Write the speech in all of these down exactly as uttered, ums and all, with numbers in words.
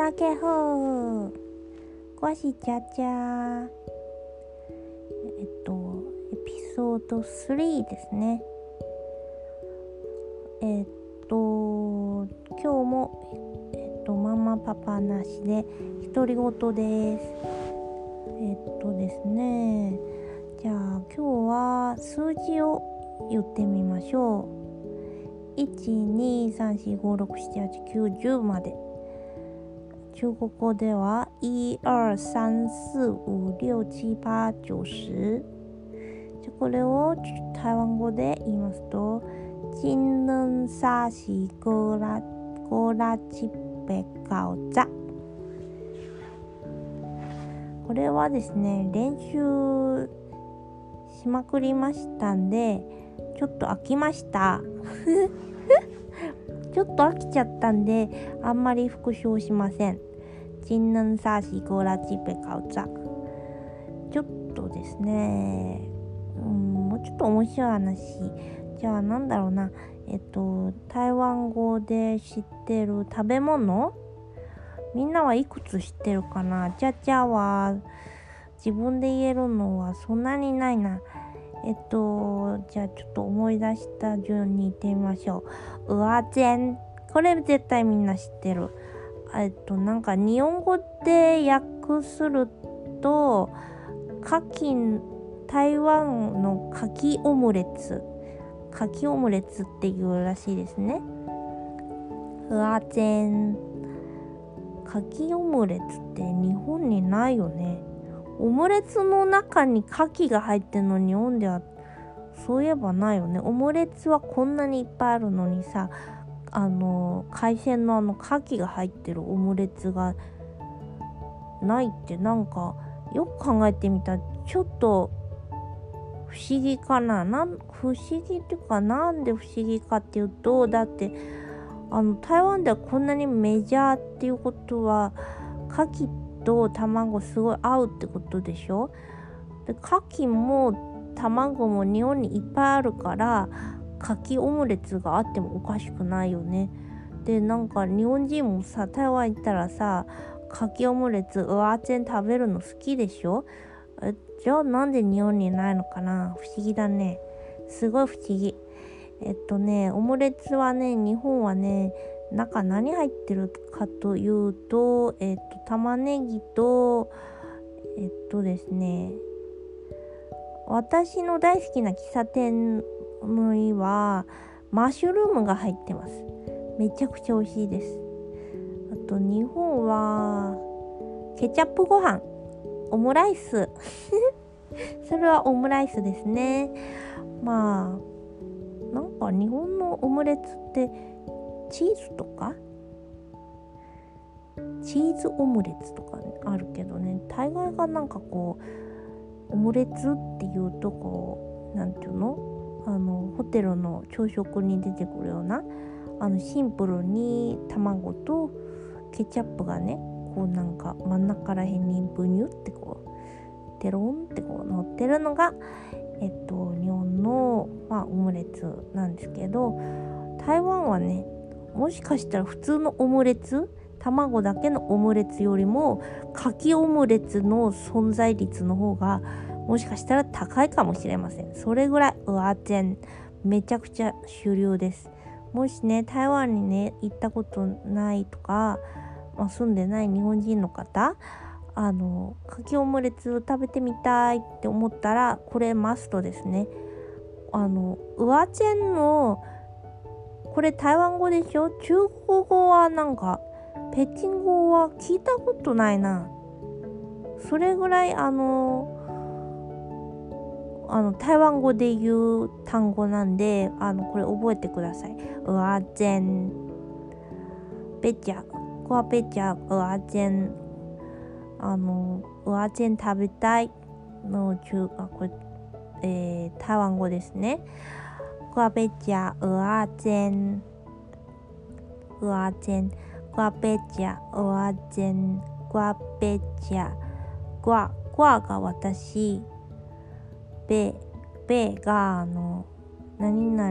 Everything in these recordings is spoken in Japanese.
ラケホーごしちゃちゃえっとエピソードスリーですね。えっと今日もえっとママパパなしで独り言です。えっとですねじゃあ今日は数字を言ってみましょう。いち、に、さん、よん、ご、ろく、なな、はち、きゅう、じゅうまで。中国語ではいち、に、さん、よん、ご、ろく、なな、はち、きゅう、じゅう。じゃこれを台湾語で言いますと金能沙西ゴラゴラチペカオザ。これはですね練習しまくりましたんでちょっと飽きましたちょっと飽きちゃったんであんまり復唱しません。金能沙西ゴラチペカオザ。ちょっとですねうんもうちょっと面白い話。じゃあなんだろうなえっと台湾語で知ってる食べ物みんなはいくつ知ってるかな。ちゃちゃは自分で言えるのはそんなにないな。えっとじゃあちょっと思い出した順に言ってみましょう。うわぜん。これ絶対みんな知ってる。えっとなんか日本語で訳するとかき台湾のかきオムレツかきオムレツっていうらしいですね。うわぜん。かきオムレツって日本にないよね。オムレツの中にカキが入ってるの日本ではそういえばないよね。オムレツはこんなにいっぱいあるのにさあの海鮮のあのカキが入ってるオムレツがないってなんかよく考えてみたらちょっと不思議かな。なん不思議っていうかなんで不思議かっていうとだってあの台湾ではこんなにメジャーっていうことはカキと卵すごい合うってことでしょ。でカキも卵も日本にいっぱいあるからカキオムレツがあってもおかしくないよね。でなんか日本人もさ台湾行ったらさカキオムレツうわーぜん食べるの好きでしょ。えじゃあなんで日本にないのかな。不思議だね。すごい不思議。えっとねオムレツはね日本はね中何入ってるかというとえっと玉ねぎとえっとですね私の大好きな喫茶店にはマッシュルームが入ってます。めちゃくちゃ美味しいです。あと日本はケチャップご飯オムライスそれはオムライスですね。まあなんか日本のオムレツってチーズとかチーズオムレツとかあるけどね大概がなんかこうオムレツっていうとこうなんていうのあのホテルの朝食に出てくるようなあのシンプルに卵とケチャップがねこうなんか真ん中らへんにブニュってこうテロンってこう乗ってるのがえっと日本の、まあ、オムレツなんですけど台湾はねもしかしたら普通のオムレツ卵だけのオムレツよりもかきオムレツの存在率の方がもしかしたら高いかもしれません。それぐらいうわぜんめちゃくちゃ主流です。もしね台湾にね行ったことないとか、まあ、住んでない日本人の方あのかきオムレツ食べてみたいって思ったらこれマストですね。あのうわぜんのこれ台湾語でしょ。中国語はなんか北京語は聞いたことないな。それぐらいあのあの台湾語で言う単語なんであのこれ覚えてください。うわぜんべちゃこわべちゃうわぜんあのうわぜん食べたいの中あこれ、えー、台湾語ですね。うわべちゃうわぜんうわぜんうわべちゃうわぜんうわべちゃうわうわが私べべがあの何々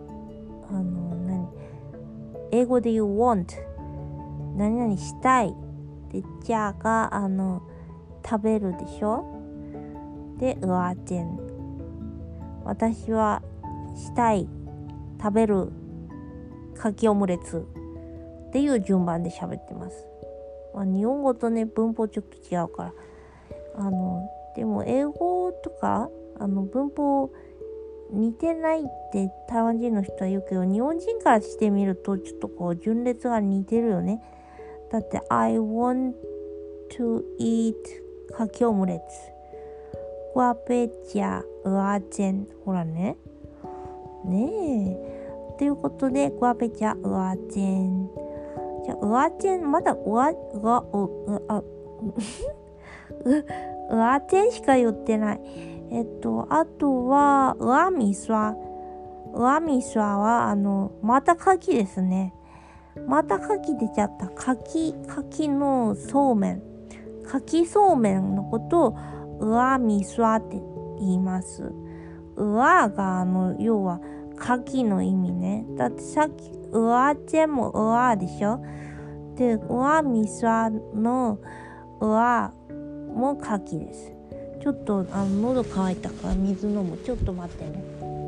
あの何英語で言う want 何々したいで、じゃがあの食べるでしょ。で、うわちん。私はしたい、食べる、かきオムレツっていう順番で喋ってます。まあ、日本語とね文法ちょっと違うから、あのでも英語とかあの文法似てないって台湾人の人は言うけど、日本人からしてみるとちょっとこう順列が似てるよね。だって I want to eat かきオムレツ、瓜贝加蚵仔煎、ほらねねえということで瓜贝加蚵仔煎。じゃあ蚵仔煎、まだうわうわううあうわ煎しか言ってない。えっとあとはうわみそわ、うわみそわはあのまた牡蠣ですね。また牡蠣出ちゃった。牡蠣牡蠣のそうめん、牡蠣そうめんのことをうわみそわって言います。うわがあの要は牡蠣の意味ね。だってさっきうわ煎もうわでしょ。でうわみそわのうわも牡蠣です。ちょっとあの喉乾いたから水飲む。ちょっと待ってね。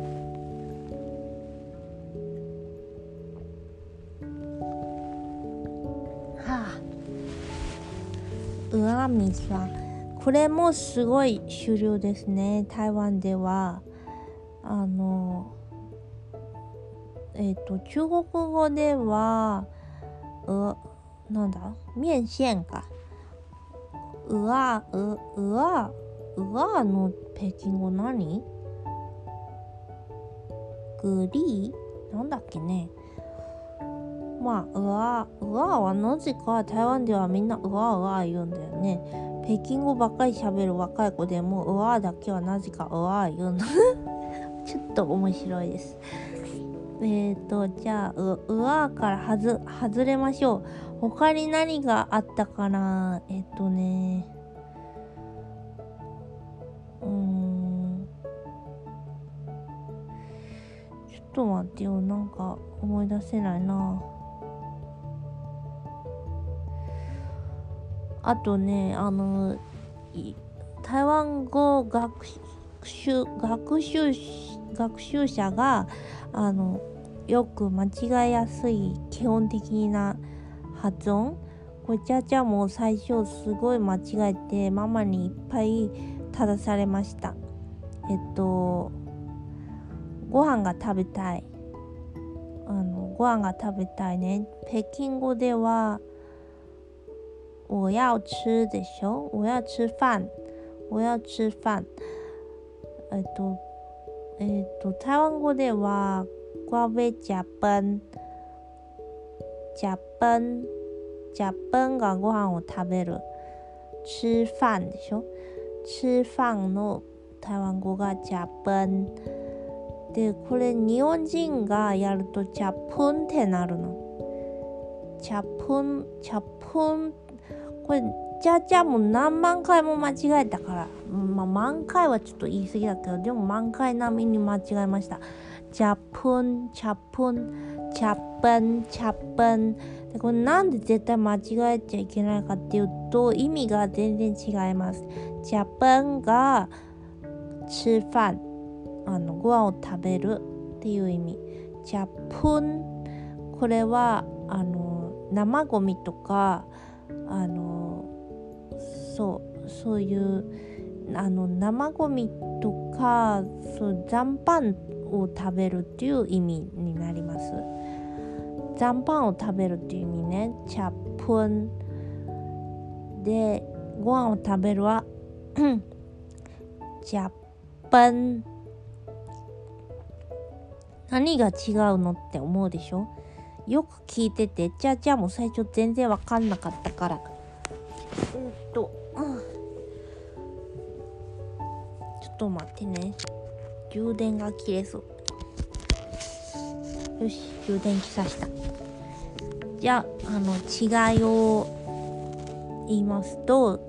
はあ、うわみそわ、これもすごい主流ですね。台湾ではあのえっ、ー、と中国語ではうなんだ面線か。うわううわうわの北京語何？グリーなんだっけね。まあうわうわはなぜか台湾ではみんなうわうわ言うんだよね。北京語ばっかり喋る若い子でもうわだけはなぜかうわ言うのちょっと面白いです。えっ、ー、とじゃあ う, うわからはず外れましょう。他に何があったかな。えっ、ー、とねうーんちょっと待ってよ、なんか思い出せないな。あとねあの台湾語学習学習学習者があのよく間違いやすい基本的な発音、これちゃちゃも最初すごい間違えてママにいっぱい正されました。えっとご飯が食べたい、あのご飯が食べたいね。北京語では我要吃でしょ。我要吃飯、我要吃飯。えっとえっと台湾語では瓜贝加飯、加飯、加飯がご飯を食べる。吃飯でしょ。吃飯の台湾語が加飯で、これ日本人がやるとチャプンってなるの。チャプンチャプン、これじゃじゃもう何万回も間違えたから、まあ万回はちょっと言い過ぎだけど、でも万回並みに間違えました。チャプンチャプンチャプンチャプンで、これなんで絶対間違えちゃいけないかっていうと意味が全然違います。チャプンが吃飯、あのご飯を食べるっていう意味。チャプン、これはあの生ゴミとかあのそうそういうあの生ゴミとかそう残飯を食べるっていう意味になります。残飯を食べるっていう意味ね。チャプンでご飯を食べるはチャプン。何が違うのって思うでしょ。よく聞いてて、じゃあじゃあもう最初全然わかんなかったから。えっと、うん、ちょっと待ってね。充電が切れそう。よし、充電器さした。じゃあ、あの違いを言いますと、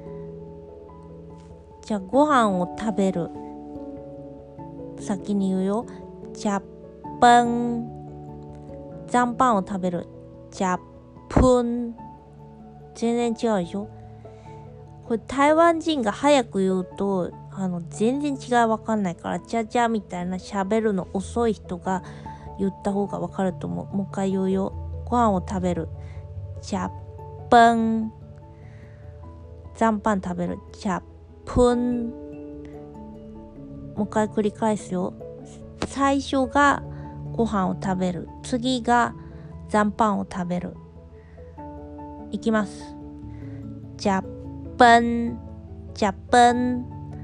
じゃあご飯を食べる。先に言うよ。チャパン。残飯を食べる。チャプン。 全然違うでしょ。これ台湾人が早く言うとあの全然違いわかんないから、チャチャみたいな喋るの遅い人が言った方がわかると思う。もう一回言うよ。ご飯を食べる。チャップン。残飯食べる。チャップン。もう一回繰り返すよ。最初がご飯を食べる。次が残飯を食べる。いきます。チャップン。チャップン。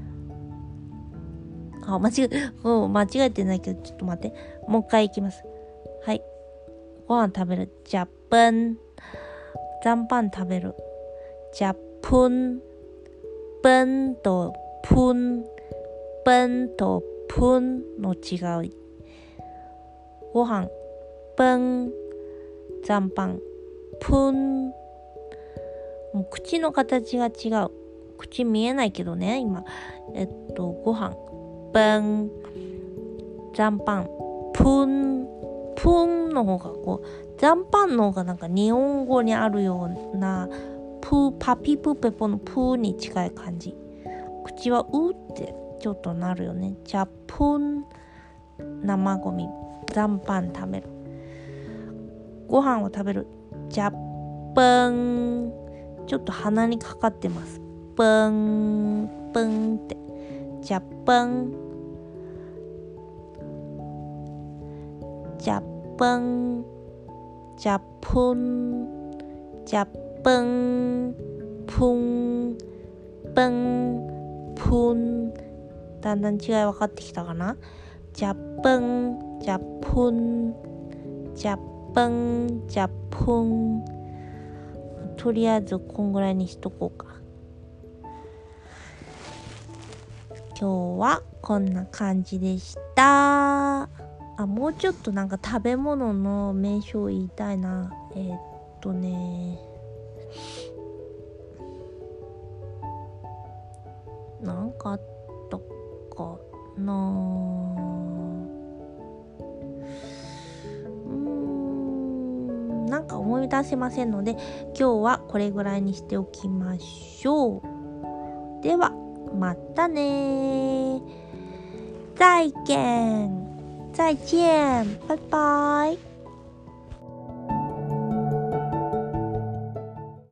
あ、間違え、うん、間違えてないけど、ちょっと待って。もう一回いきます。はい。ご飯食べる。チャップン。残飯食べる。チャップン。プンとプン。プンとプンの違い。ご飯。プン。残飯。プン。もう口の形が違う。口見えないけどね、今。えっと、ご飯。プン。残飯。プン。プンの方がこう、残飯の方がなんか日本語にあるような、プー、パピプペポのプーに近い感じ。口はうってちょっとなるよね。じゃあ、プン。生ゴミ。残飯食べる。ご飯を食べる。じゃあ、プン。ちょっと鼻にかかってます。プン。プンって。じゃあ、プン。じゃぷん、じゃぷん、じゃぷん、ぷん、ぷん、ぷん。だんだん違い分かってきたかな。じゃぷん、じゃぷん、じゃぷん、じゃぷん。とりあえずこんぐらいにしとこうか。今日はこんな感じでした。あ、もうちょっとなんか食べ物の名称を言いたいな。えー、っとねなんかあったかな。うーんなんか思い出せませんので、今日はこれぐらいにしておきましょう。ではまたね。再见再见，拜拜。